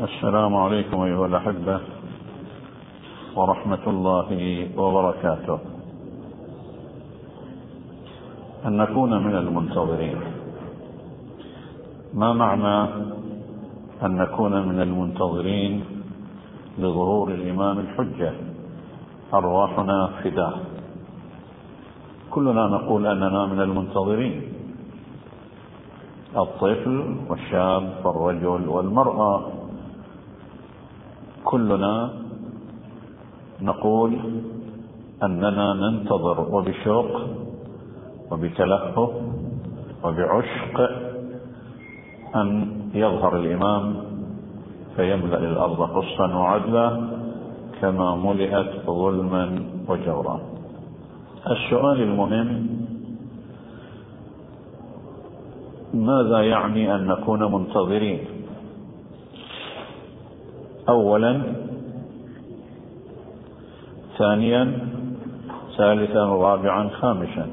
السلام عليكم أيها الأحبة ورحمة الله وبركاته. أن نكون من المنتظرين. ما معنى أن نكون من المنتظرين لظهور الإمام الحجة؟ أرواحنا فداه. كلنا نقول أننا من المنتظرين، الطفل والشاب والرجل والمرأة، كلنا نقول أننا ننتظر وبشوق وبتلهف وبعشق أن يظهر الإمام فيملأ الأرض قسطا وعدلا كما ملئت ظلما وجورا. السؤال المهم: ماذا يعني أن نكون منتظرين؟ أولا، ثانيا، ثالثا، رابعا، خامسا.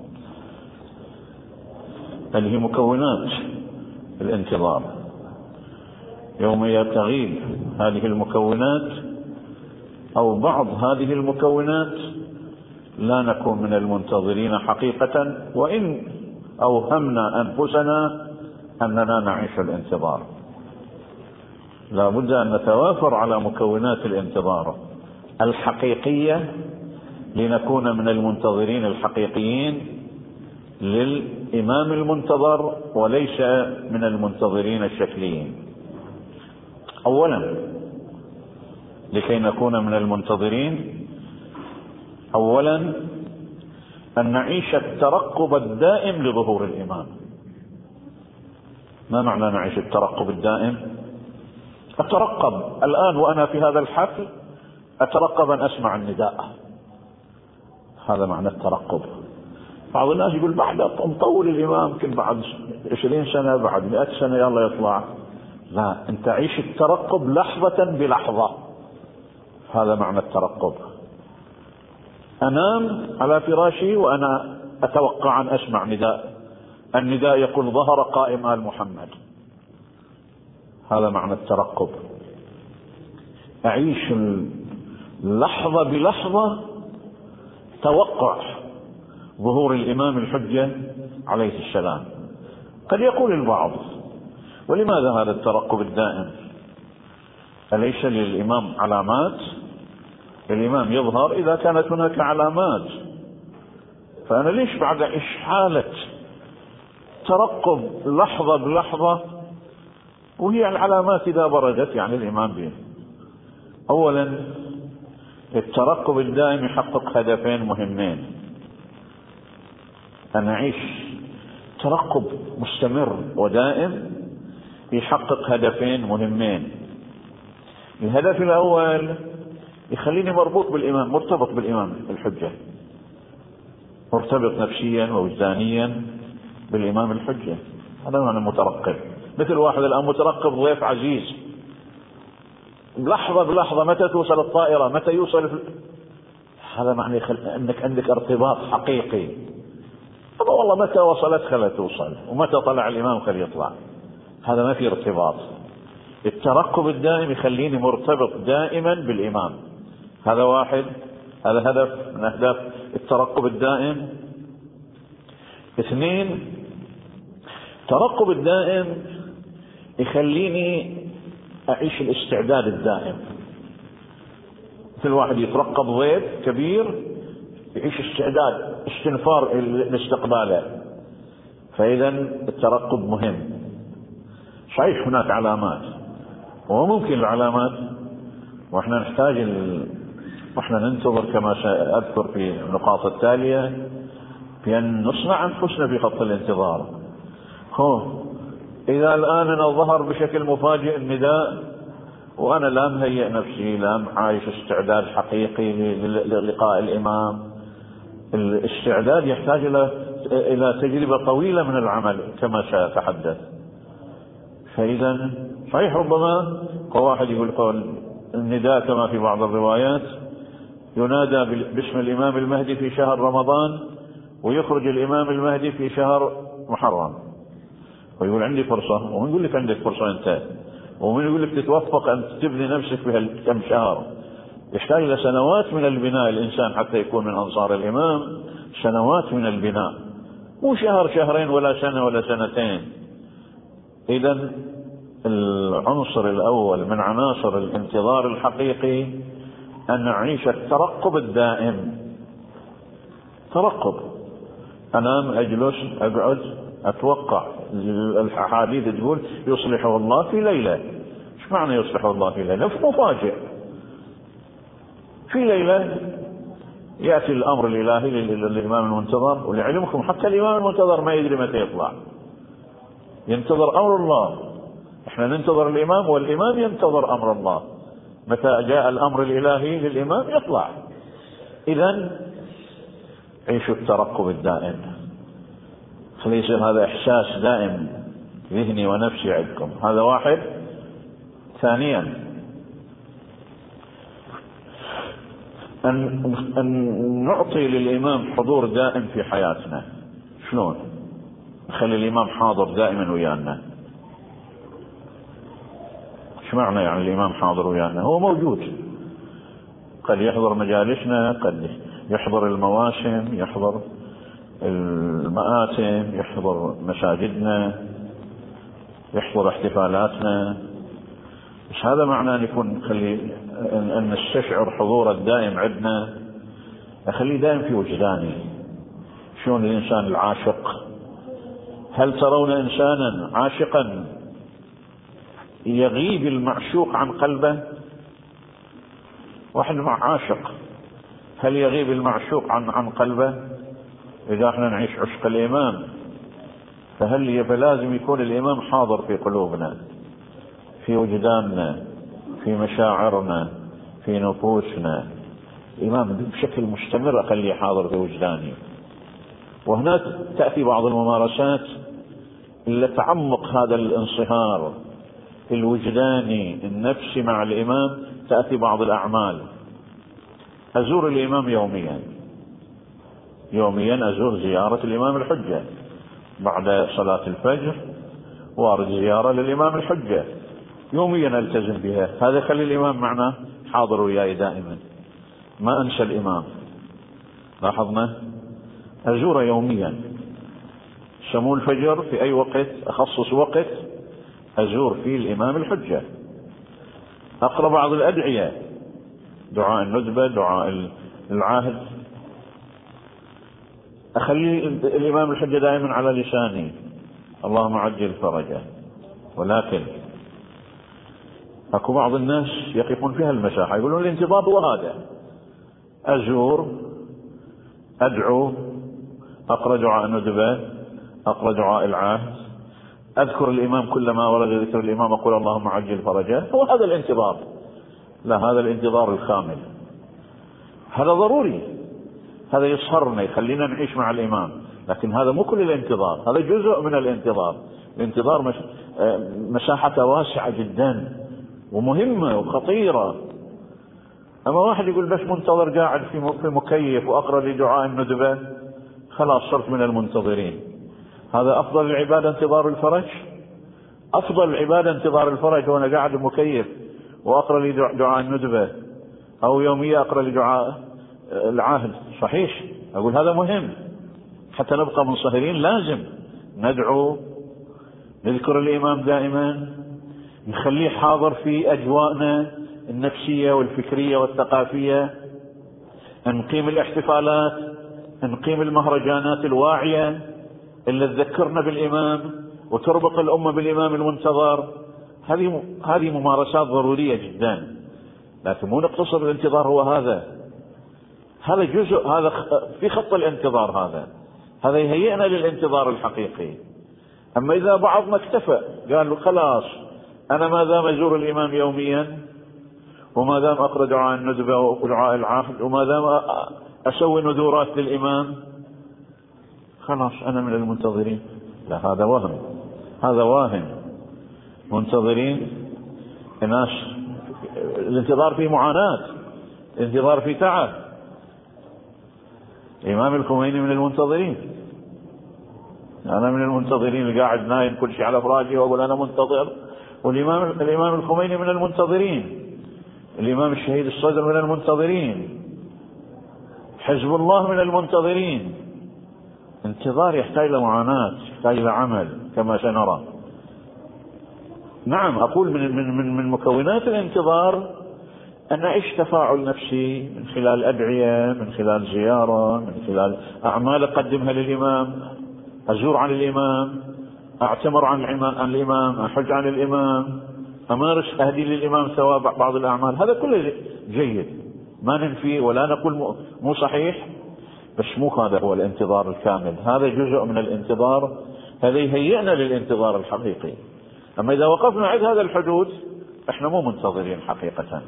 هذه مكونات الانتظار. يوم تغيب هذه المكونات أو بعض هذه المكونات لا نكون من المنتظرين حقيقة، وإن أوهمنا أنفسنا أننا نعيش الانتظار. لا بد أن نتوافر على مكونات الانتظار الحقيقية لنكون من المنتظرين الحقيقيين للإمام المنتظر، وليس من المنتظرين الشكليين. أولا، لكي نكون من المنتظرين، أولا أن نعيش الترقب الدائم لظهور الإمام. ما معنى نعيش الترقب الدائم؟ أترقب الآن وأنا في هذا الحفل، أترقب أن أسمع النداء. هذا معنى الترقب. بعض الناس يقول بعد مطول الإمام، يمكن بعد 20 سنة، بعد 100 سنة يلا يطلع. لا، أنت عيش الترقب لحظة بلحظة. هذا معنى الترقب. أنام على فراشي وأنا أتوقع أن أسمع نداء، النداء يقول ظهر قائم آل محمد. هذا معنى الترقب. أعيش لحظة بلحظة توقع ظهور الإمام الحجة عليه السلام. قد يقول البعض: ولماذا هذا الترقب الدائم؟ أليس للإمام علامات؟ الإمام يظهر إذا كانت هناك علامات، فأنا ليش بعد أعيش حالة ترقب لحظة بلحظة وهي العلامات إذا بردت يعني الإمام به؟ أولا، الترقب الدائم يحقق هدفين مهمين. أن أعيش ترقب مستمر ودائم يحقق هدفين مهمين. الهدف الأول يخليني مربوط بالإمام، مرتبط بالإمام الحجة، مرتبط نفسيا ووجدانيا بالإمام الحجة. هذا معنى مترقب. مثل واحد الآن مترقب ضيف عزيز، لحظة بلحظة متى توصل الطائرة، متى يوصل هذا معنى أنك عندك ارتباط حقيقي. طب والله متى وصلت خلت توصل، ومتى طلع الإمام خلي يطلع. هذا ما في ارتباط. الترقب الدائم يخليني مرتبط دائما بالإمام. هذا واحد، هذا هدف من أهداف الترقب الدائم. اثنين، الترقب الدائم يخليني أعيش الاستعداد الدائم. مثل واحد يترقب ضيف كبير، يعيش استعداد، استنفار لاستقباله. فإذا الترقب مهم. صحيح هناك علامات، وممكن العلامات واحنا نحتاج واحنا ننتظر كما سأذكر في النقاط التالية، بأن نصنع أنفسنا في خط الانتظار. إذا الآن أنا ظهر بشكل مفاجئ النداء وأنا لا مهيئ نفسي، لا عايش استعداد حقيقي للقاء الإمام، الاستعداد يحتاج إلى تجربة طويلة من العمل كما سأتحدث. فإذا صحيح ربما واحد يقول قول النداء كما في بعض الروايات ينادى باسم الإمام المهدي في شهر رمضان، ويخرج الإمام المهدي في شهر محرم، ويقول عندي فرصة، ونقول لك عندك فرصة أنت، ومن يقول لك تتوفق أن تبني نفسك في كم شهر؟ يحتاج إلى سنوات من البناء الإنسان حتى يكون من أنصار الإمام، سنوات من البناء، مو شهر شهرين ولا سنة ولا سنتين. إذن العنصر الأول من عناصر الانتظار الحقيقي أن نعيش الترقب الدائم. ترقب، أنام، أجلس، أقعد، أتوقع. الأحاديث تقول يصلحه الله في ليلة. ايش معنى يصلحه الله في ليلة؟ مفاجئ. في ليلة يأتي الأمر الإلهي للإمام المنتظر. ولعلمكم حتى الإمام المنتظر ما يدري متى يطلع، ينتظر أمر الله. احنا ننتظر الإمام والإمام ينتظر أمر الله. متى جاء الأمر الإلهي للإمام يطلع. إذن عيشوا الترقب الدائم، خلي يصير هذا إحساس دائم ذهني ونفسي عندكم. هذا واحد. ثانيا أن نعطي للإمام حضور دائم في حياتنا. شلون؟ نخلي الإمام حاضر دائما ويانا. ايش معنى يعني الإمام حاضر ويانا؟ هو موجود، قد يحضر مجالسنا، قد يحضر المواسم، يحضر المآتم، يحضر مساجدنا، يحضر احتفالاتنا. بس هذا معناه أن يكون أن نستشعر حضور الدائم عندنا، أخليه دائم في وجداني. شلون الإنسان العاشق؟ هل ترون إنسانا عاشقا يغيب المعشوق عن قلبه؟ واحد عاشق، هل يغيب المعشوق عن قلبه؟ إذا احنا نعيش عشق الإمام فلازم يكون الإمام حاضر في قلوبنا، في وجداننا، في مشاعرنا، في نفوسنا. الإمام بشكل مستمر أخليه حاضر في وجداني. وهناك تأتي بعض الممارسات اللي تعمق هذا الانصهار الوجداني النفسي مع الإمام. تأتي بعض الأعمال، أزور الإمام يوميا أزور زيارة الإمام الحجة بعد صلاة الفجر، وارد زيارة للإمام الحجة يوميا ألتزم بها. هذا خلي الإمام معنا حاضر وياي دائما، ما أنسى الإمام. لاحظنا؟ أزوره يوميا. سمو الفجر في أي وقت أخصص وقت أزور فيه الإمام الحجة. أقرأ بعض الأدعية، دعاء الندبة، دعاء العهد، أخلي الإمام الحجة دائما على لساني، اللهم عجل فرجه. ولكن أكو بعض الناس يقفون فيها المساحة، يقولون الانتظار هو هذا: أزور، أدعو، أقرأ دعاء الندبة، أقرأ دعاء العهد، أذكر الإمام كلما ورد ذكر الإمام أقول اللهم عجل فرجه. هو هذا الانتظار. لا، هذا الانتظار الكامل، هذا ضروري، هذا يسهرنا يخلينا نعيش مع الإمام. لكن هذا مو كل الانتظار، هذا جزء من الانتظار. الانتظار مساحة واسعة جدا ومهمة وخطيرة. أما واحد يقول بس منتظر قاعد في مكيف وأقرأ لي دعاء الندبة، خلاص صرت من المنتظرين. هذا أفضل العبادة انتظار الفرج؟ أفضل العبادة انتظار الفرج وأنا قاعد مكيف وأقرأ لي دعاء الندبة، أو يوميا أقرأ لي دعاء العهد؟ صحيح، أقول هذا مهم. حتى نبقى منصهرين لازم ندعو، نذكر الإمام دائما، نخليه حاضر في أجواءنا النفسية والفكرية والثقافية، نقيم الاحتفالات، نقيم المهرجانات الواعية اللي تذكرنا بالإمام وتربط الأمة بالإمام المنتظر. هذه ممارسات ضرورية جدا، لكن مو نقتصر الانتظار هو هذا جزء، هذا في خط الانتظار، هذا يهيئنا للانتظار الحقيقي. أما إذا بعضنا اكتفى قال خلاص أنا ما دام أزور الإمام يوميا، وما دام أقرأ دعاء الندبة ودعاء العهد، وما دام أسوي نذورات للإمام، خلاص أنا من المنتظرين. لا، هذا واهم. منتظرين الناس، الانتظار فيه معاناة، الانتظار فيه تعب. الإمام الخميني من المنتظرين. أنا من المنتظرين اللي قاعد نايم كل شيء على فراشي وأقول أنا منتظر والإمام الخميني من المنتظرين، الإمام الشهيد الصدر من المنتظرين، حزب الله من المنتظرين. انتظار يحتاج إلى معاناة، يحتاج إلى عمل كما سنرى. نعم، أقول من مكونات الانتظار أن أعيش تفاعل نفسي من خلال أدعية، من خلال زيارة، من خلال أعمال أقدمها للإمام، أزور عن الإمام، أعتمر عن الإمام، أحج عن الإمام، أمارس أهدي للإمام ثواب بعض الأعمال. هذا كله جيد، ما ننفي ولا نقول مو صحيح، بس مو هذا هو الانتظار الكامل. هذا جزء من الانتظار، هذا يهيئنا للانتظار الحقيقي. أما إذا وقفنا عند هذا الحدود احنا مو منتظرين حقيقة.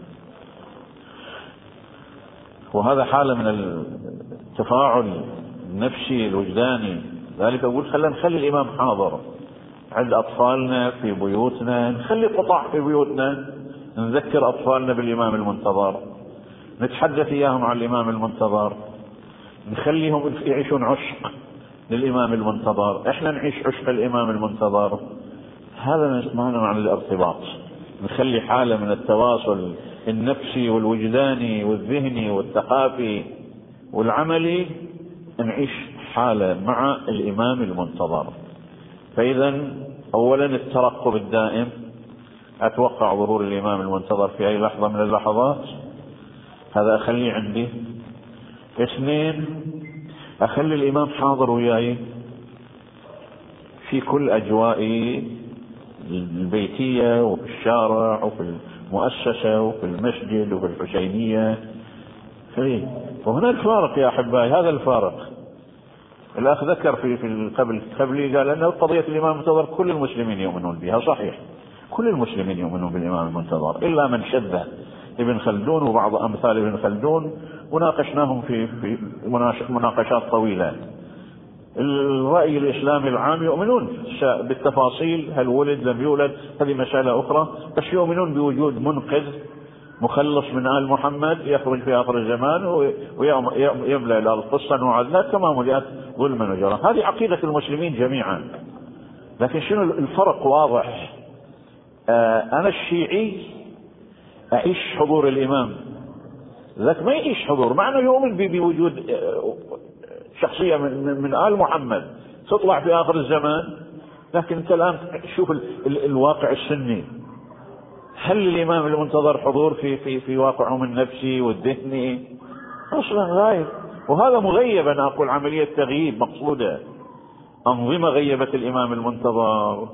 وهذا حالة من التفاعل النفسي الوجداني. ذلك أقول خلينا نخلي الإمام حاضر عند أطفالنا في بيوتنا، نخلي قطع في بيوتنا نذكر أطفالنا بالإمام المنتظر، نتحدث إياهم عن الإمام المنتظر، نخليهم يعيشون عشق للإمام المنتظر، احنا نعيش عشق الإمام المنتظر. هذا معنى الارتباط. نخلي حالة من التواصل النفسي والوجداني والذهني والثقافي والعملي، نعيش حالة مع الإمام المنتظر. فإذا أولا الترقب الدائم، أتوقع ظهور الإمام المنتظر في أي لحظة من اللحظات، هذا أخليه عندي. اثنين، أخلي الإمام حاضر وياي في كل أجوائي البيتية وفي الشارع وفي المؤسسة وفي المسجد وفي الحسينية. وهناك فارق يا أحبائي، هذا الفارق. الأخ ذكر في قبلي قال أنه قضية الإمام المنتظر كل المسلمين يؤمنون بها. صحيح، كل المسلمين يؤمنون بالإمام المنتظر إلا من شذ ابن خلدون وبعض أمثال ابن خلدون، وناقشناهم في مناقشات طويلة. الرأي الإسلامي العام يؤمنون بالتفاصيل، هل ولد لم يولد هذه مسألة أخرى، بس يؤمنون بوجود منقذ مخلص من آل محمد يخرج في آخر الزمان ويملأ القصة وعدلات كما ملئت ظلما وجرا. هذه عقيدة المسلمين جميعا. لكن شنو الفرق واضح. أنا الشيعي أعيش حضور الإمام، ذاك ما يعيش حضور، مع أنه يؤمن بوجود شخصية من آل محمد تطلع في آخر الزمان. لكن أنت الآن شوف الواقع السني، هل الإمام المنتظر حضور في واقعهم النفسي والذهني؟ أصلا غايب. وهذا مغيب. أنا أقول عملية تغييب مقصودة. أنظمة غيبت الإمام المنتظر،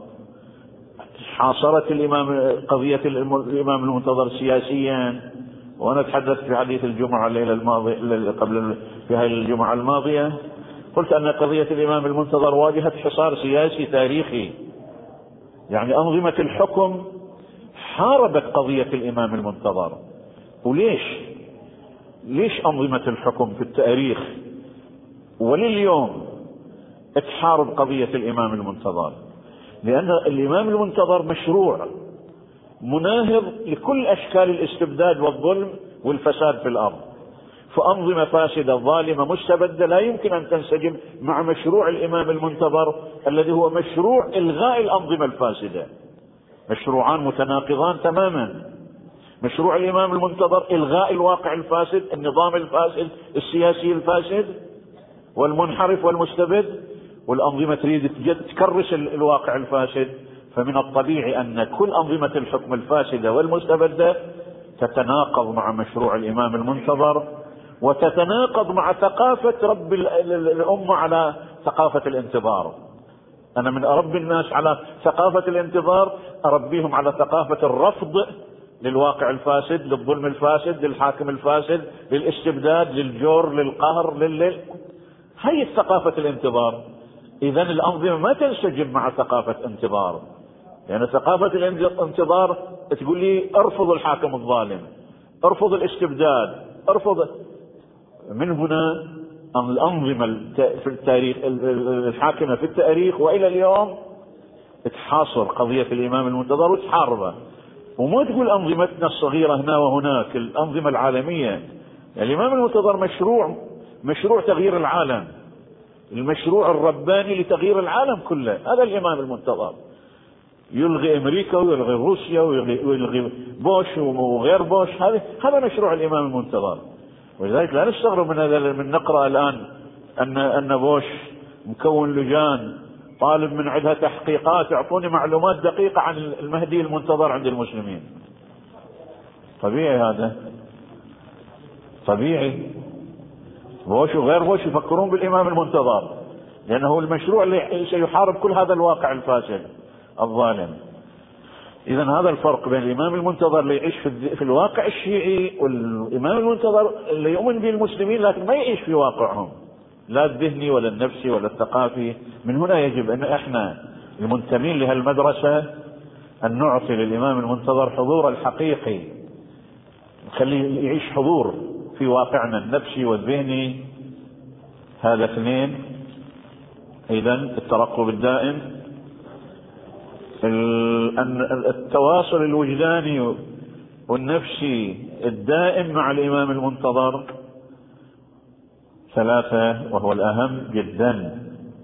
حاصرت قضية الإمام المنتظر سياسيا. وأنا تحدثت في حديث الجمعة الليلة الماضية في هذه الجمعة الماضية، قلت أن قضية الإمام المنتظر واجهت حصار سياسي تاريخي. يعني أنظمة الحكم حاربت قضية الإمام المنتظر. وليش أنظمة الحكم في التاريخ ولليوم تحارب قضية الإمام المنتظر؟ لأن الإمام المنتظر مشروع مناهض لكل أشكال الاستبداد والظلم والفساد في الأرض. فأنظمة فاسدة ظالمة مستبدة لا يمكن أن تنسجم مع مشروع الإمام المنتظر الذي هو مشروع إلغاء الأنظمة الفاسدة. مشروعان متناقضان تماما. مشروع الإمام المنتظر إلغاء الواقع الفاسد، النظام الفاسد السياسي الفاسد والمنحرف والمستبد، والأنظمة تريد تكرس الواقع الفاسد. فمن الطبيعي أن كل أنظمة الحكم الفاسدة والمستبدة تتناقض مع مشروع الإمام المنتظر، وتتناقض مع ثقافة رب الأمة على ثقافة الانتظار. أنا من أربي الناس على ثقافة الانتظار أربيهم على ثقافة الرفض للواقع الفاسد، للظلم الفاسد، للحاكم الفاسد، للاستبداد، للجور، للقهر، هي الثقافة الانتظار. إذن الأنظمة ما تنسجم مع ثقافة انتظار. يعني ثقافة الانتظار تقول لي ارفض الحاكم الظالم، ارفض الاستبداد، ارفض. من هنا الأنظمة في التاريخ الحاكمة في التاريخ وإلى اليوم تحاصر قضية الإمام المنتظر وتحاربه. وما تقول أنظمتنا الصغيرة هنا وهناك، الأنظمة العالمية. الإمام المنتظر مشروع تغيير العالم، المشروع الرباني لتغيير العالم كله، هذا الإمام المنتظر. يلغي أمريكا ويلغي روسيا ويلغي بوش وغير بوش. هذا مشروع الإمام المنتظر. ولذلك لا نستغرب من هذا، من نقرأ الآن أن بوش مكون لجان طالب من عندها تحقيقات، اعطوني معلومات دقيقة عن المهدي المنتظر عند المسلمين. طبيعي هذا، طبيعي. بوش وغير بوش يفكرون بالإمام المنتظر، لأنه هو المشروع اللي سيحارب كل هذا الواقع الفاسد الظالم. إذا هذا الفرق بين الإمام المنتظر اللي يعيش في الواقع الشيعي، والإمام المنتظر اللي يؤمن به المسلمين لكن ما يعيش في واقعهم، لا الذهني ولا النفسي ولا الثقافي. من هنا يجب أن احنا المنتمين لهالمدرسة أن نعطي للإمام المنتظر حضور الحقيقي، نخليه يعيش حضور في واقعنا النفسي والذهني. هذا اثنين. إذن الترقب الدائم، التواصل الوجداني والنفسي الدائم مع الإمام المنتظر. ثلاثة وهو الأهم جدا،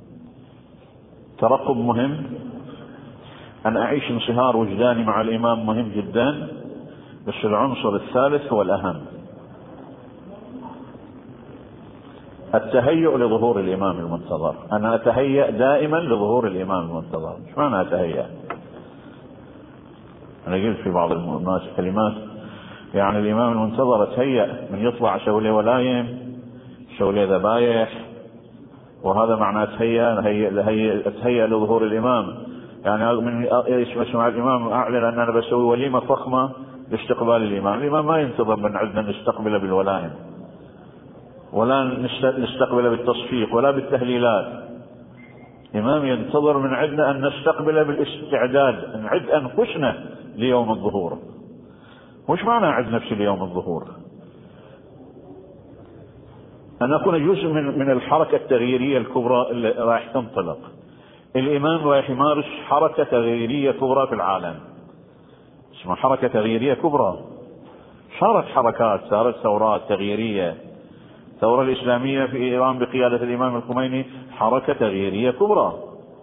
ترقب مهم، أن أعيش انصهار وجداني مع الإمام مهم جدا، بس العنصر الثالث هو الأهم، التهيؤ لظهور الإمام المنتظر. أنا أتهيأ دائما لظهور الإمام المنتظر. إيش معنى أتهيأ؟ أنا قلت في بعض الناس كلمات، يعني الإمام المنتظر أتهيأ من يطلع أسوي له ولايم، أسوي له ذبايح، وهذا معنى أتهيأ لظهور الإمام. يعني من يسمع الإمام أعلن أن أنا بسوي وليمة فخمة لاستقبال الإمام. الإمام ما ينتظر من عندنا نستقبله بالولائم، ولا نستقبله بالتصفيق ولا بالتهليلات. الإمام ينتظر من عندنا أن نستقبله بالاستعداد، نعد أنفسنا ليوم الظهور. وش معنى أعد نفسي ليوم الظهور؟ أن أكون جزء من الحركة التغييرية الكبرى اللي راح تنطلق. الإمام راح يمارس حركة تغييرية كبرى في العالم، اسمها حركة تغييرية كبرى. صارت حركات، صارت ثورات تغييرية. الثورة الإسلامية في إيران بقيادة الإمام الخميني حركة تغييرية كبرى،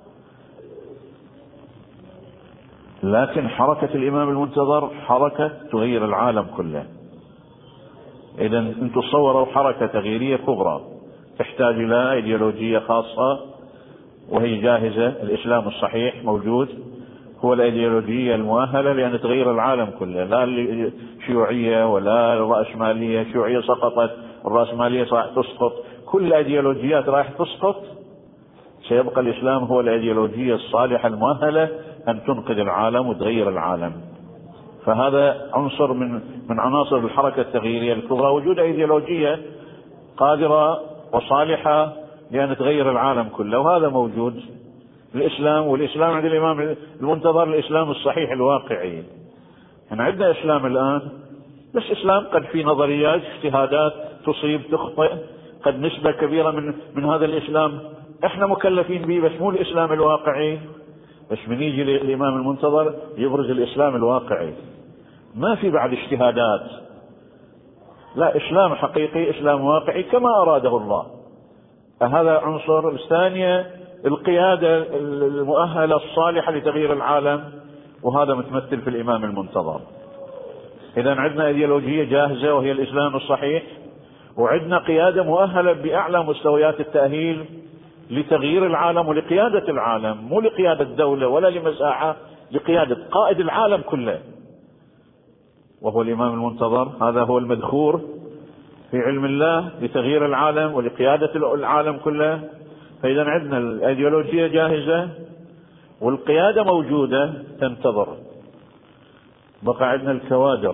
لكن حركة الإمام المنتظر حركة تغير العالم كله. إذا أنتم تصوروا حركة تغييرية كبرى تحتاج إلى إيديولوجية خاصة وهي جاهزة. الإسلام الصحيح موجود، هو الإيديولوجية المؤهلة لأن تغير العالم كله، لا الشيوعية ولا الرأسمالية. الشيوعية سقطت، الرأسمالية راح تسقط، كل الأيديولوجيات راح تسقط. سيبقى الإسلام هو الأيديولوجية الصالحة المؤهلة أن تنقذ العالم وتغير العالم. فهذا عنصر من عناصر الحركة التغييرية الكبرى، وجود أيديولوجية قادرة وصالحة لأن تغير العالم كله، وهذا موجود الإسلام. والإسلام عند الإمام المنتظر الإسلام الصحيح الواقعي. احنا عندنا إسلام الآن، بس إسلام قد في نظريات اجتهادات تصيب تخطئ، قد نسبة كبيرة من هذا الإسلام احنا مكلفين به، بس مو الإسلام الواقعي. بس من يجي الإمام المنتظر يبرز الإسلام الواقعي، ما في بعد اجتهادات، لا، إسلام حقيقي، إسلام واقعي كما أراده الله. هذا عنصر. الثانية القيادة المؤهلة الصالحة لتغيير العالم، وهذا متمثل في الإمام المنتظر. إذا عندنا إيديولوجية جاهزة وهي الإسلام الصحيح، وعندنا قيادة مؤهلة بأعلى مستويات التأهيل لتغيير العالم ولقيادة العالم، مو لقيادة دولة ولا لمساحة، لقيادة قائد العالم كله وهو الإمام المنتظر. هذا هو المذخور في علم الله لتغيير العالم ولقيادة العالم كله. فإذا عندنا الأيديولوجية جاهزة والقيادة موجودة تنتظر. بقى عندنا الكوادر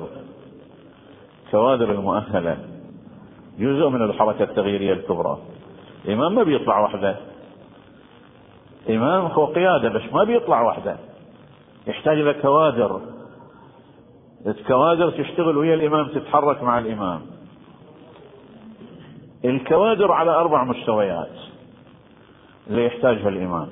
المؤهلة، جزء من الحركة التغييرية الكبرى. الإمام ما بيطلع وحده، إمام هو قيادة بس ما بيطلع وحده، يحتاج إلى كوادر. الكوادر تشتغل ويا الإمام، تتحرك مع الإمام. الكوادر على 4 مستويات اللي يحتاجها الإمام.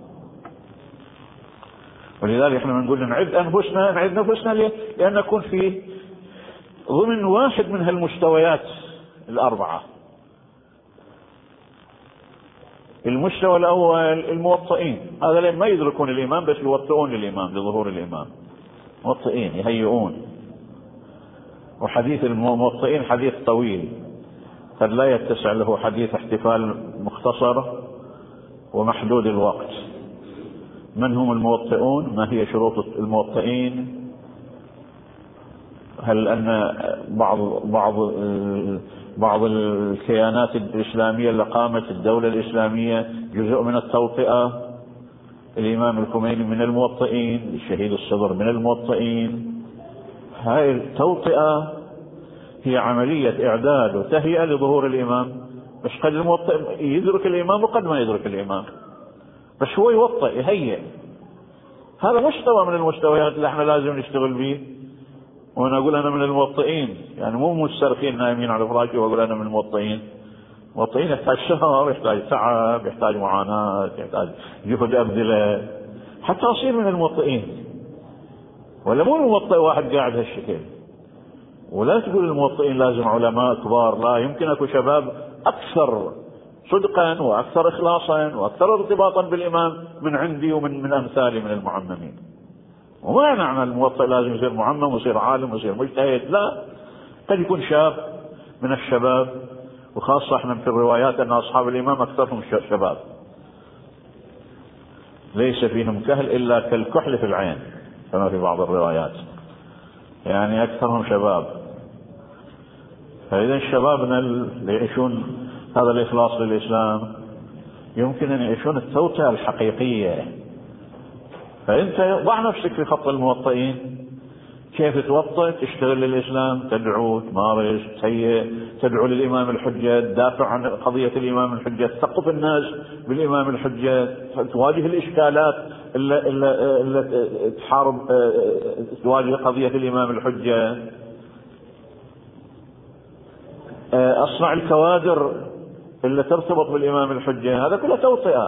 ولذلك احنا بنقول نعد نفسنا لأن نكون في ضمن واحد من هالمستويات ال4. المستوى الأول الموطئين، هذا ما يدركون الإمام بس يوطئون للإمام لظهور الإمام، موطئين يهيئون. وحديث الموطئين حديث طويل قد لا يتسع له حديث احتفال مختصر ومحدود الوقت. من هم الموطئون؟ ما هي شروط الموطئين؟ هل أن بعض الكيانات الإسلامية اللي قامت الدولة الإسلامية جزء من التوطئة؟ الإمام الخميني من الموطئين، الشهيد الصدر من الموطئين. هاي التوطئة هي عملية إعداد وتهيئة لظهور الإمام، بس قد الموطئ يدرك الإمام وقد ما يدرك الإمام، بس هو يوطئ يهيئ. هذا مستوى من المستويات اللي احنا لازم نشتغل به. وانا اقول انا من الموطئين، يعني مو مسترخين نايمين على فراشي واقول انا من الموطئين. الموطئين يحتاج شهر، يحتاج تعب، يحتاج معاناة، يحتاج جهد أبذله حتى أصير من الموطئين. ولا مو الموطئ واحد قاعد هالشكل. ولا تقول الموطئين لازم علماء كبار، لا، يمكن اكو شباب اكثر صدقا واكثر اخلاصا واكثر ارتباطا بالامام من عندي ومن امثالي من المعممين. وما معنى الموطئ لازم يصير معمم ويصير عالم ويصير مجتهد، لا، قد يكون شاب من الشباب، وخاصة احنا في الروايات ان اصحاب الامام اكثرهم شباب، ليس فيهم كهل الا كالكحل في العين كما في بعض الروايات، يعني اكثرهم شباب. فاذا شبابنا اللي يعيشون هذا الاخلاص للاسلام يمكن ان يعيشون التوطئة الحقيقية. فانت ضع نفسك في خط الموطئين، كيف توطئ؟ تشتغل للإسلام، تدعو، تمارس، تهيئ، تدعو للإمام الحجة، تدافع عن قضية الإمام الحجة، تثقف الناس بالإمام الحجة، تواجه الإشكالات اللي تحارب تواجه قضية الإمام الحجة، أصنع الكوادر اللي ترتبط بالإمام الحجة. هذا كله توطئة،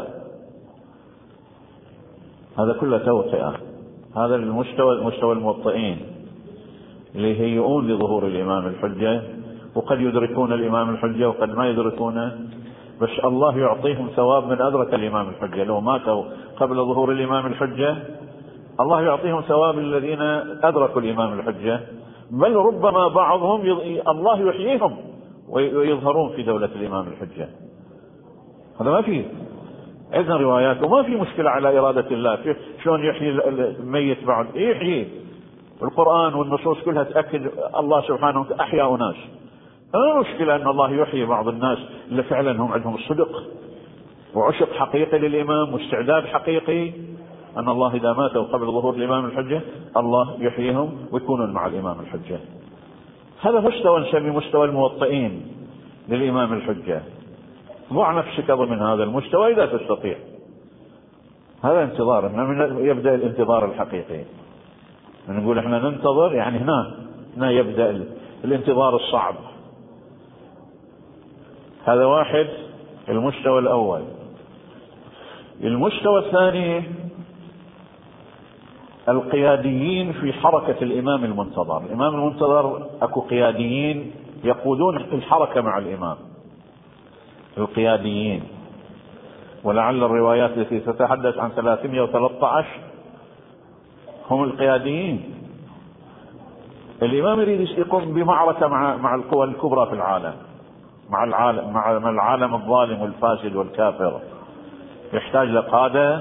هذا كله توطئة. هذا المستوى الموطئين اللي يهيئون لظهور الإمام الحجة، وقد يدركون الإمام الحجة وقد ما يدركونه، بس الله يعطيهم ثواب من أدرك الإمام الحجة. لو ماتوا قبل ظهور الإمام الحجة الله يعطيهم ثواب الذين أدركوا الإمام الحجة، بل ربما بعضهم الله يحييهم ويظهرون في دولة الإمام الحجة. هذا ما فيه، عندنا روايات وما في مشكلة على إرادة الله. شلون يحيي الميت بعد؟ يحيي. القرآن والنصوص كلها تأكد الله سبحانه وتعالى أحيا أناس. لا مشكلة أن الله يحيي بعض الناس اللي فعلا هم عندهم الصدق وعشق حقيقي للإمام واستعداد حقيقي، أن الله إذا ماتوا قبل ظهور الإمام الحجة الله يحييهم ويكونون مع الإمام الحجة. هذا مستوى نسميه مستوى الموطئين للإمام الحجة. ضع نفسك ضمن هذا المستوى إذا تستطيع. هذا انتظار، يبدأ الانتظار الحقيقي. نقول احنا ننتظر، يعني هنا يبدأ الانتظار الصعب. هذا واحد، المستوى الأول. المستوى الثاني القياديين في حركة الإمام المنتظر. الإمام المنتظر أكو قياديين يقودون الحركة مع الإمام، القياديين. ولعل الروايات التي تتحدث عن 313 هم القياديين. الإمام يريد يقوم بمعركة مع القوى الكبرى في العالم، مع العالم الظالم والفاسد والكافر. يحتاج لقادة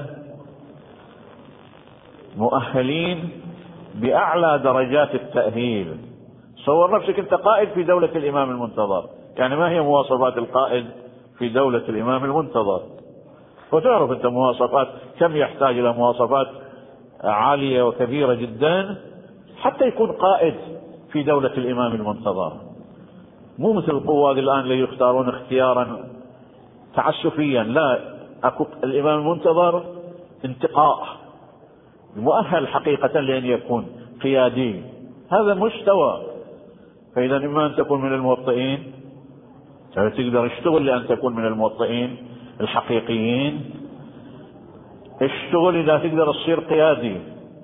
مؤهلين بأعلى درجات التأهيل. صور نفسك أنت قائد في دولة الإمام المنتظر، يعني ما هي مواصفات القائد في دولة الإمام المنتظر؟ وتعرف أنت مواصفات كم يحتاج إلى مواصفات عالية وكبيرة جدا حتى يكون قائد في دولة الإمام المنتظر. مو مثل القواد الآن اللي يختارون اختيارا تعسفيا، لا، الإمام المنتظر انتقاء مؤهل حقيقة لأن يكون قيادي. هذا مستوى. فإذا إما أن تكون من الموطئين، تقدر اشتغل لأن تكون من الموطئين الحقيقيين، اشتغل إذا تقدر تصير قيادي.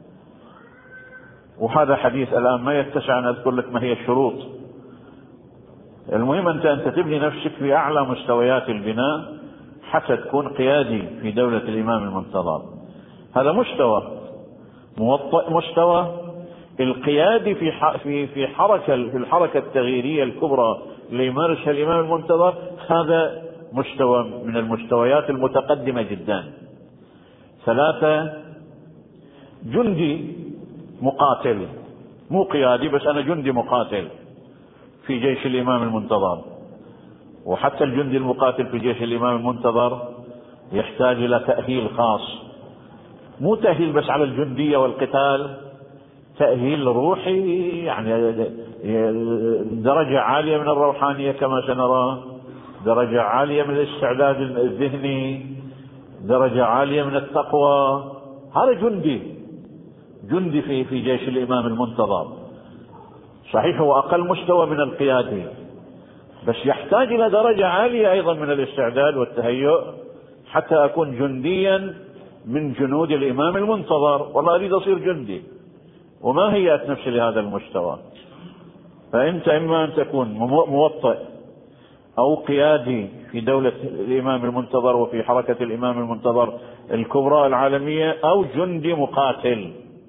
وهذا حديث الآن ما يتسع أن أذكر لك ما هي الشروط. المهم أنت تبني نفسك في أعلى مستويات البناء حتى تكون قيادي في دولة الإمام المنتظر. هذا مستوى موطئ. مستوى القيادي في الحركة التغييرية الكبرى اللي يمارسها الإمام المنتظر، هذا مستوى من المستويات المتقدمة جدا. 3، جندي مقاتل، مو قيادي بس أنا جندي مقاتل في جيش الإمام المنتظر. وحتى الجندي المقاتل في جيش الإمام المنتظر يحتاج إلى تأهيل خاص، مو تأهيل بس على الجندية والقتال، تأهيل روحي، يعني درجة عالية من الروحانية كما سنرى، درجة عالية من الاستعداد الذهني، درجة عالية من التقوى. هذا جندي في جيش الإمام المنتظر. صحيح هو أقل مستوى من القيادي، بس يحتاج إلى درجة عالية أيضا من الاستعداد والتهيؤ حتى أكون جنديا من جنود الإمام المنتظر. والله أريد أصير جندي، وما هيأت نفسي لهذا المستوى. فأنت إما أن تكون موطئ أو قيادي في دولة الإمام المنتظر وفي حركة الإمام المنتظر الكبرى العالمية، أو جندي مقاتل،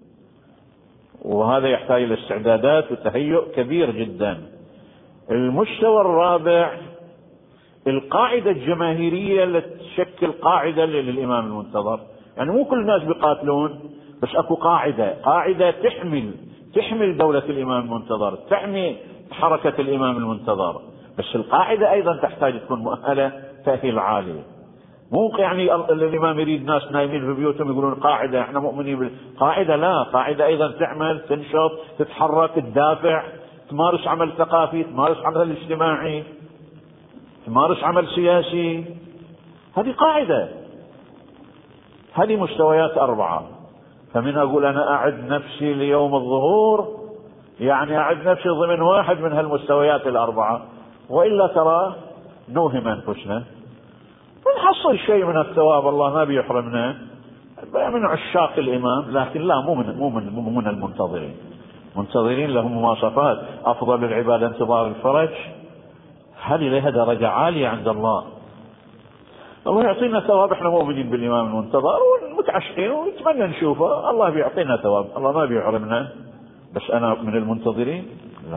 وهذا يحتاج إلى استعدادات وتهيؤ كبير جدا. المستوى الرابع، القاعدة الجماهيرية التي تشكل قاعدة للإمام المنتظر. يعني مو كل الناس بيقاتلون، بس اكو قاعدة تحمل دولة الإمام المنتظر، تحمي حركة الإمام المنتظر. بس القاعدة أيضا تحتاج تكون مؤهلة تأهيل عالي. مو يعني الإمام يريد ناس نايمين في بيوتهم يقولون قاعدة احنا مؤمنين بالقاعدة، لا، قاعدة أيضا تعمل، تنشط، تتحرك، تدافع، تمارس عمل ثقافي، تمارس عمل اجتماعي، تمارس عمل سياسي. هذه قاعدة. هذه مستويات 4. فمن أقول أنا أعد نفسي ليوم الظهور، يعني أعد نفسي ضمن واحد من هالمستويات 4، وإلا ترى نوهم أنفسنا ونحصل شيء من الثواب. الله ما بيحرمنا من عشاق الإمام، لكن لا، مو من المنتظرين. منتظرين لهم مواصفات. أفضل العبادة انتظار الفرج، هل لها درجة عالية عند الله. الله يعطينا ثواب، احنا مؤمنين بالإمام المنتظر والمتعشقين ونتمنى نشوفه، الله بيعطينا ثواب، الله ما بيحرمنا. بس أنا من المنتظرين؟ لا،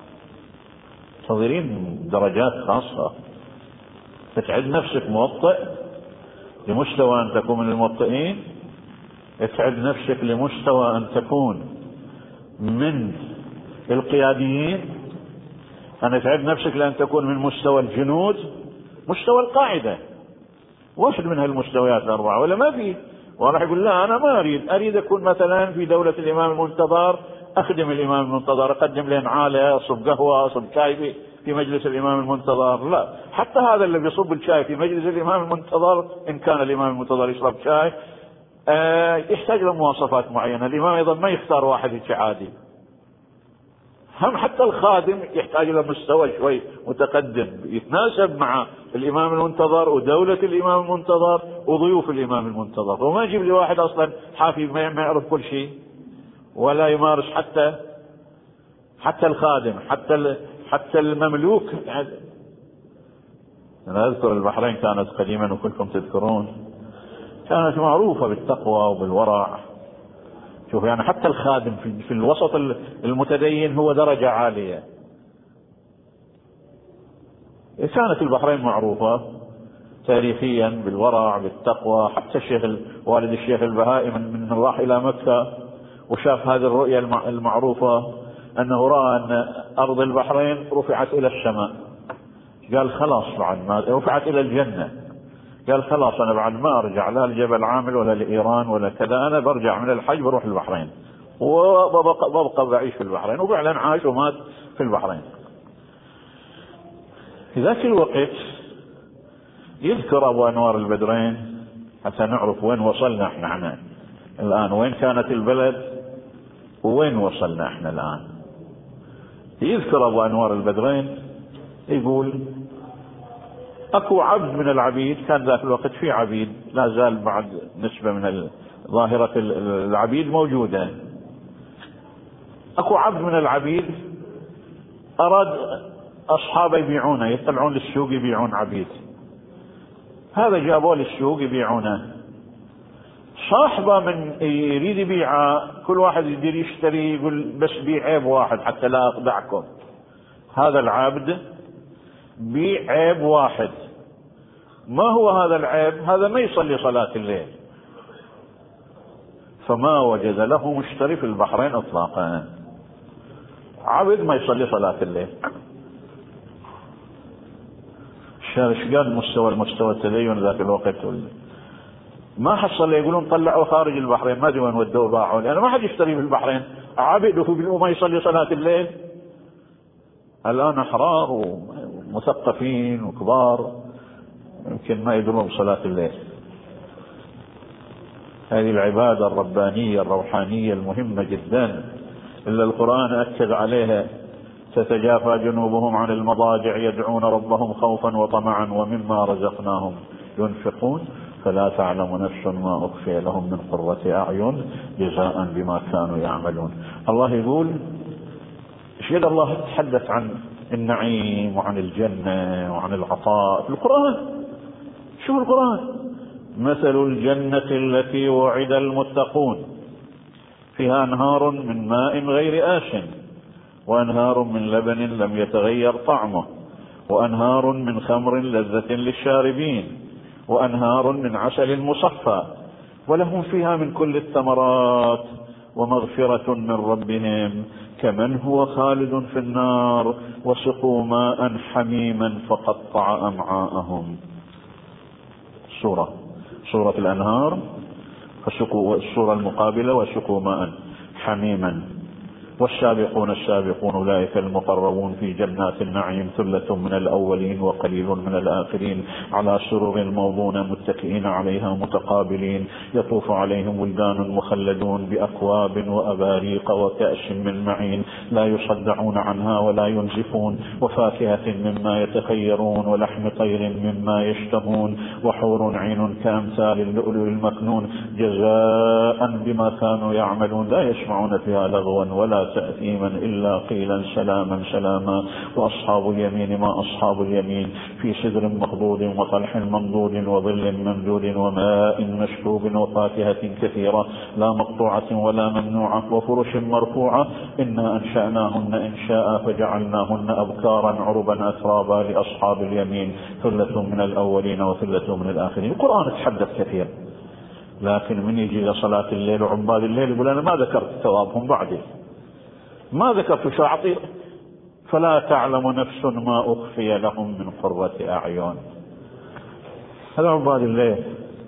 منتظرين درجات خاصة. تتعد نفسك موطئ لمستوى أن تكون من الموطئين، تتعد نفسك لمستوى أن تكون من القياديين، أن تتعد نفسك لأن تكون من مستوى الجنود، مستوى القاعدة، واحد من هالمستويات 4 ولا ما في. وراح يقول لا أنا ما أريد أكون مثلا في دولة الإمام المنتظر، أخدم الإمام المنتظر، أقدم له نعالة، أصب قهوة، أصب شاي في مجلس الإمام المنتظر. لا، حتى هذا اللي بيصب الشاي في مجلس الإمام المنتظر، إن كان الإمام المنتظر يشرب شاي، يحتاج له مواصفات معينة. الإمام أيضا ما يختار واحد عادي، هم حتى الخادم يحتاج إلى مستوى شوي متقدم يتناسب مع الإمام المنتظر ودولة الإمام المنتظر وضيوف الإمام المنتظر. وما يجيب لي واحد أصلا حافي ما يعرف كل شيء ولا يمارس حتى الخادم، حتى المملوك. أنا أذكر البحرين كانت قديما وكلكم تذكرون، كانت معروفة بالتقوى وبالورع. شوف يعني حتى الخادم في الوسط المتدين هو درجة عالية. كانت البحرين معروفة تاريخيا بالورع بالتقوى. حتى والد الشيخ البهائي من راح إلى مكة وشاف هذه الرؤية المعروفة، أنه رأى أن أرض البحرين رفعت إلى السماء، قال خلاص بعد ما رفعت إلى الجنة، قال خلاص أنا بعد ما أرجع لا لجبل عامل ولا لإيران ولا كذا، أنا برجع من الحج بروح البحرين وببقى بعيش في البحرين. وفعلا عاش ومات في البحرين. في ذاك الوقت يذكر أبو أنوار البدرين حتى نعرف وين وصلنا احنا الآن، وين كانت البلد وين وصلنا احنا الآن. يذكر أبو أنوار البدرين يقول اكو عبد من العبيد، كان ذاك الوقت في عبيد، لا زال بعد نسبة من ظاهرة العبيد موجودة. اكو عبد من العبيد اراد اصحابه يبيعونه، يطلعون للسوق يبيعون عبيد. هذا جابوه للسوق يبيعونه، صاحبه من يريد يبيعه كل واحد يدير يشتري يقول بس بيع عيب واحد حتى لا أخدعكم، هذا العبد بيع عيب واحد. ما هو هذا العيب؟ هذا ما يصلي صلاة الليل، فما وجد له مشتري في البحرين اطلاقا، عبد ما يصلي صلاة الليل. ايش قال مستوى التدين ذاك الوقت؟ ما حصل يقولون طلعوا خارج البحرين، ما ادري وين ودوه باعوا، لأنه ما حد يشتري في البحرين، عبد وما يصلي صلاة الليل. الآن أحرار ومثقفين وكبار يمكن ما يدرون بصلاة الليل. هذه العبادة الربانية الروحانية المهمة جدا إلا القرآن أكد عليها: تتجافى جنوبهم عن المضاجع يدعون ربهم خوفا وطمعا ومما رزقناهم ينفقون فلا تعلم نفس ما أخفي لهم من قرة أعين جزاء بما كانوا يعملون. الله يقول شيء، الله يتحدث عن النعيم وعن الجنة وعن العطاء في القرآن. شوف القرآن: مثل الجنة التي وعد المتقون فيها أنهار من ماء غير آسن وأنهار من لبن لم يتغير طعمه وأنهار من خمر لذة للشاربين وأنهار من عسل مصفى ولهم فيها من كل الثمرات ومغفرة من ربهم كمن هو خالد في النار وسقوا ماء حميما فقطع أمعاءهم. سورة الأنهار، السورة المقابلة وسقوا ماء حميما. والسابقون السابقون أولئك المقربون في جنات النعيم ثلة من الأولين وقليل من الآخرين على سرر موضونة متكئين عليها متقابلين يطوف عليهم ولدان مخلدون بأكواب وأباريق وكأس من معين لا يصدعون عنها ولا ينزفون وفاكهة مما يتخيرون ولحم طير مما يشتهون وحور عين كأمثال اللؤلؤ المكنون جزاء بما كانوا يعملون لا يسمعون فيها لغوا ولا تأثيما إلا قيلا سلاما سلاما. وأصحاب اليمين ما أصحاب اليمين في سدر مخضود وطلح منضود وظل ممدود وماء مشروب وفاكهة كثيرة لا مقطوعة ولا ممنوعة وفرش مرفوعة إنا أنشأناهن إنشاء فجعلناهن أبكارا عربا أترابا لأصحاب اليمين ثلة من الأولين وثلة من الآخرين. القرآن تحدث كثير، لكن من يجي لصلاة الليل وعباد الليل يقول أنا ما ذكرت ثوابهم بعدي، ما ذكرت شو أعطي. فلا تعلم نفس ما أخفي لهم من قرة أعين. هذا عباد الليل.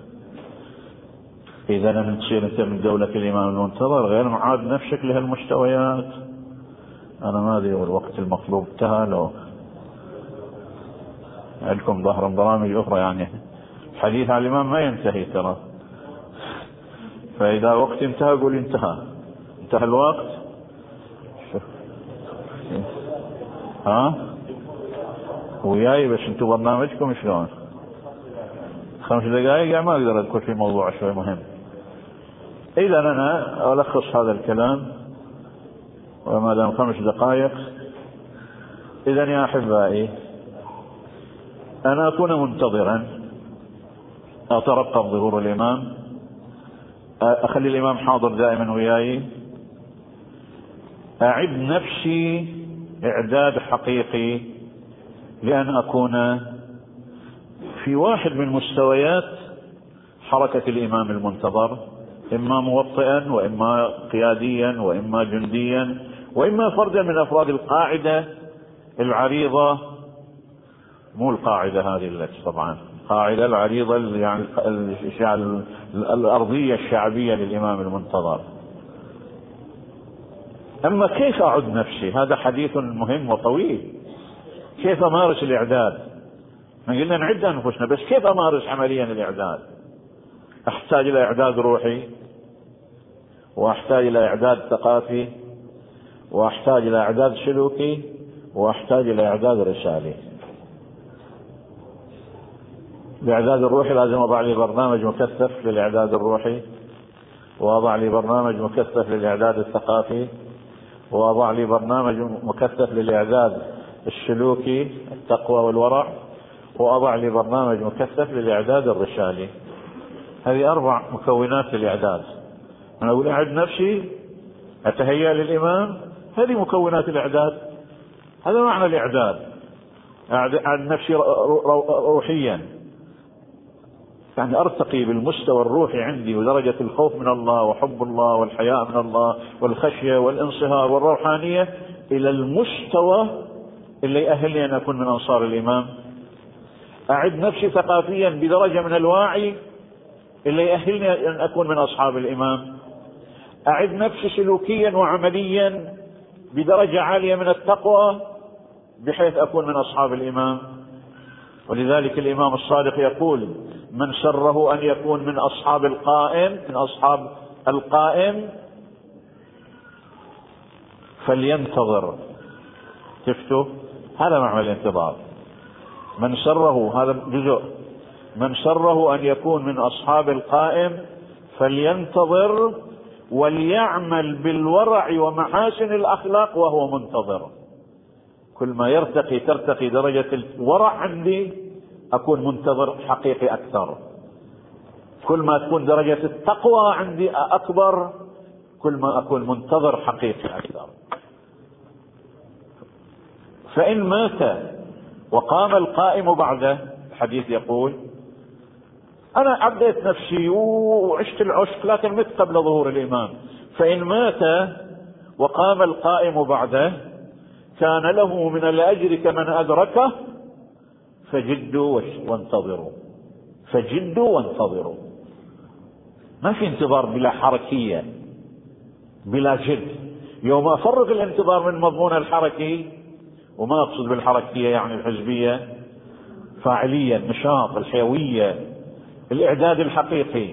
إذا نصير أنت من دولة الإمام المنتظر غير معاد نفسك لهالمستويات. أنا ما أدري الوقت المطلوب انتهى، لو عندكم ظهر برامج أخرى يعني حديث عن الإمام ما ينتهي ترى، فإذا وقت انتهى قول انتهى الوقت. وياي بس انتوا برنامجكم شلون 5 دقائق يعني ما اقدر ادخل في موضوع شوي مهم. اذا انا الخص هذا الكلام وما دام 5 دقائق. اذا يا احبائي انا اكون منتظرا اترقب ظهور الامام، اخلي الامام حاضر دائما وياي، اعد نفسي اعداد حقيقي لان اكون في واحد من مستويات حركة الامام المنتظر، اما موطئا واما قياديا واما جنديا واما فردا من افراد القاعدة العريضة، مو القاعدة هذه التي طبعا القاعدة العريضة يعني الارضية الشعبية للامام المنتظر. اما كيف اعد نفسي هذا حديث مهم وطويل. كيف امارس الاعداد؟ قلنا نعد انفسنا، بس كيف امارس عمليا الاعداد؟ احتاج الى اعداد روحي، واحتاج الى اعداد ثقافي، واحتاج الى اعداد سلوكي، واحتاج الى اعداد رسالي. الاعداد الروحي لازم اضع لي برنامج مكثف للاعداد الروحي، واضع لي برنامج مكثف للاعداد الثقافي، واضع لي برنامج مكثف للاعداد السلوكي التقوى والورع، وأضع لي برنامج مكثف للإعداد الرسالي. هذه 4 مكونات للإعداد. أنا أقول أعد نفسي، أتهيأ للإمام، هذه مكونات الإعداد. هذا معنى الإعداد. أعد نفسي روحيا، يعني أرتقي بالمستوى الروحي عندي ودرجة الخوف من الله وحب الله والحياء من الله والخشية والانصهار والروحانية إلى المستوى اللي يأهلني أن أكون من أنصار الإمام. أعد نفسي ثقافيا بدرجة من الوعي اللي يأهلني أن أكون من أصحاب الإمام. أعد نفسي سلوكيا وعمليا بدرجة عالية من التقوى بحيث أكون من أصحاب الإمام. ولذلك الإمام الصادق يقول: من سره أن يكون من أصحاب القائم، من أصحاب القائم، فلينتظر. شفتوا؟ هذا معنى الانتظار. من سره، هذا جزء، من سره أن يكون من أصحاب القائم فلينتظر وليعمل بالورع ومحاسن الأخلاق وهو منتظر. كل ما ترتقي درجة الورع عندي أكون منتظر حقيقي أكثر. كل ما تكون درجة التقوى عندي أكبر كل ما أكون منتظر حقيقي أكثر. فإن مات وقام القائم بعده، الحديث يقول: أنا عديت نفسي وعشت العشق لكن مت قبل ظهور الإمام. فإن مات وقام القائم بعده كان له من الأجر كمن أدركه، فجدوا وانتظروا. فجدوا وانتظروا. ما في انتظار بلا حركية، بلا جد. يوم أفرغ الانتظار من مضمون الحركي، وما أقصد بالحركية يعني الحزبية، فاعلية، النشاط، الحيوية، الإعداد الحقيقي،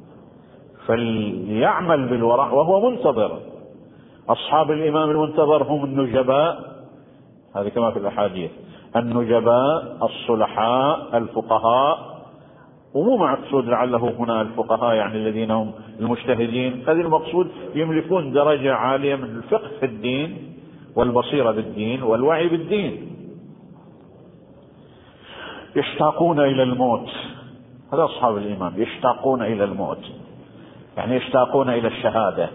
فليعمل بالورع وهو منتظر. أصحاب الإمام المنتظر هم النجباء، هذا كما في الأحاديث، النجباء الصلحاء الفقهاء. ومو مقصود لعله هنا الفقهاء يعني الذين هم المجتهدين، هذا المقصود يملكون درجة عالية من الفقه في الدين والبصيرة بالدين والوعي بالدين. يشتاقون إلى الموت، هذا أصحاب الإمام، يشتاقون إلى الموت، يعني يشتاقون إلى الشهادة.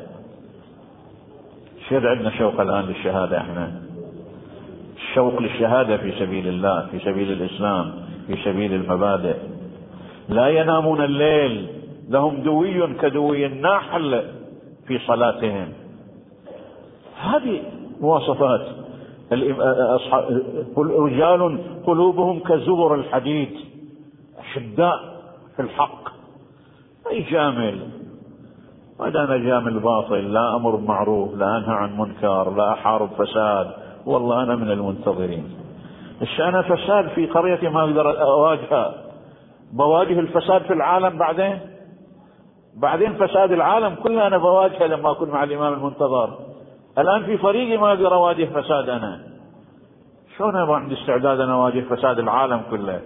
شير عندنا شوق الآن للشهادة، احنا الشوق للشهادة في سبيل الله، في سبيل الإسلام، في سبيل المبادئ. لا ينامون الليل، لهم دوي كدوي النحل في صلاتهم. هذه مواصفات رجال قلوبهم كزبر الحديد، شداء في الحق، لا يجامل. وإذا أنا جامل باطل، لا أمر بمعروف، لا أنهى عن منكر، لا أحارب فساد، والله أنا من المنتظرين. أنا فساد في قريتي ما أقدر أواجهها، بواجه الفساد في العالم بعدين فساد العالم كله أنا بواجهه لما أكون مع الإمام المنتظر. الآن في فريقي ما أقدر أواجه فساد أنا، شلون أبغى عندي استعداد أنا أواجه فساد العالم كله؟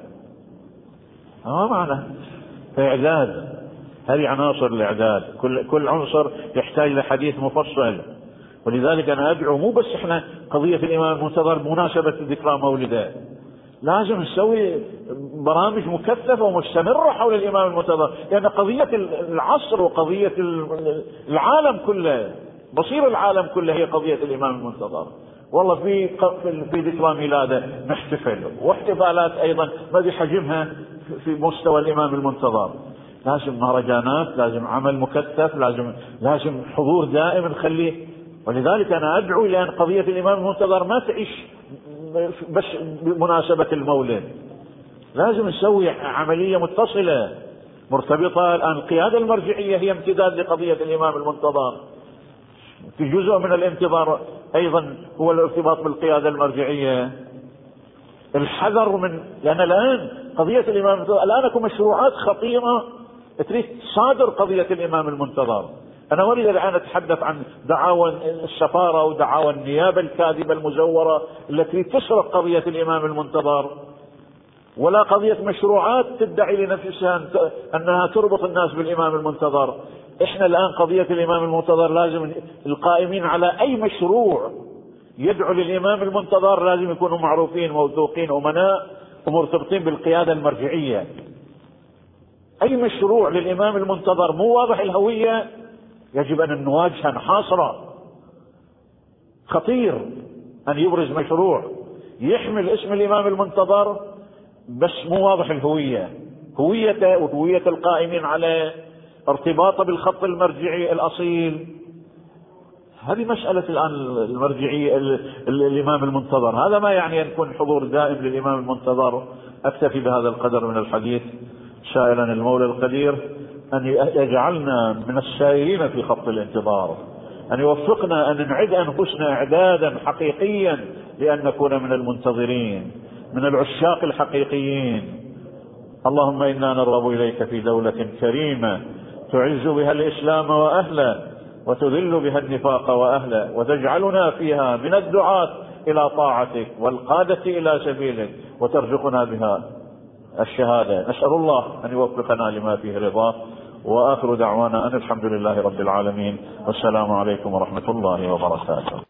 ما معنى إعداد. هذه عناصر الإعداد، كل عنصر يحتاج لحديث مفصل. ولذلك أنا أدعو، مو بس إحنا قضية الإمام المنتظر بمناسبة ذكرى مولده، لازم نسوي برامج مكثفة ومستمرة حول الإمام المنتظر، لأن قضية العصر وقضية العالم كله، بصير العالم كله هي قضية الإمام المنتظر. والله في ذكرى ميلاده نحتفل، واحتفالات أيضا ما بحجمها في مستوى الإمام المنتظر. لازم مهرجانات، لازم عمل مكثف، لازم حضور دائم نخليه. ولذلك أنا أدعو إلى أن قضية الإمام المنتظر ما تعيش بس بمناسبة المولد، لازم نسوي عملية متصلة مرتبطة. الآن القيادة المرجعية هي امتداد لقضية الإمام المنتظر، في جزء من الانتظار أيضا هو الارتباط بالقيادة المرجعية. الحذر لأن الآن قضية الإمام المنتظر الآن اكو مشروعات خطيرة تريد صادر قضية الإمام المنتظر. أنا أريد الآن أتحدث عن دعاوى السفارة ودعاوى النيابة الكاذبة المزورة التي تسرق قضية الإمام المنتظر، ولا قضية مشروعات تدعي لنفسها أنها تربط الناس بالإمام المنتظر. إحنا الآن قضية الإمام المنتظر لازم القائمين على أي مشروع يدعو للإمام المنتظر لازم يكونوا معروفين، موثوقين، أمناء، ومرتبطين بالقيادة المرجعية. أي مشروع للإمام المنتظر مو واضح الهوية يجب أن نواجهه نحاصره. خطير أن يبرز مشروع يحمل اسم الإمام المنتظر بس مو واضح الهوية، هويته وهوية القائمين عليه، ارتباطه بالخط المرجعي الأصيل. هذه مسألة الآن المرجعية الإمام المنتظر. هذا ما يعني أن يكون حضور دائم للإمام المنتظر. أكتفي بهذا القدر من الحديث، سائلا المولى القدير أن يجعلنا من السائرين في خط الانتظار، أن يوفقنا أن نعد أنفسنا إعدادا حقيقيا لأن نكون من المنتظرين، من العشاق الحقيقيين. اللهم إنا نرغب إليك في دولة كريمة تعز بها الإسلام وأهله وتذل بها النفاق وأهله، وتجعلنا فيها من الدعاة إلى طاعتك والقادة إلى سبيلك، وترزقنا بها الشهادة. نسأل الله أن يوفقنا لما فيه رضاه. وآخر دعوانا أن الحمد لله رب العالمين، والسلام عليكم ورحمة الله وبركاته.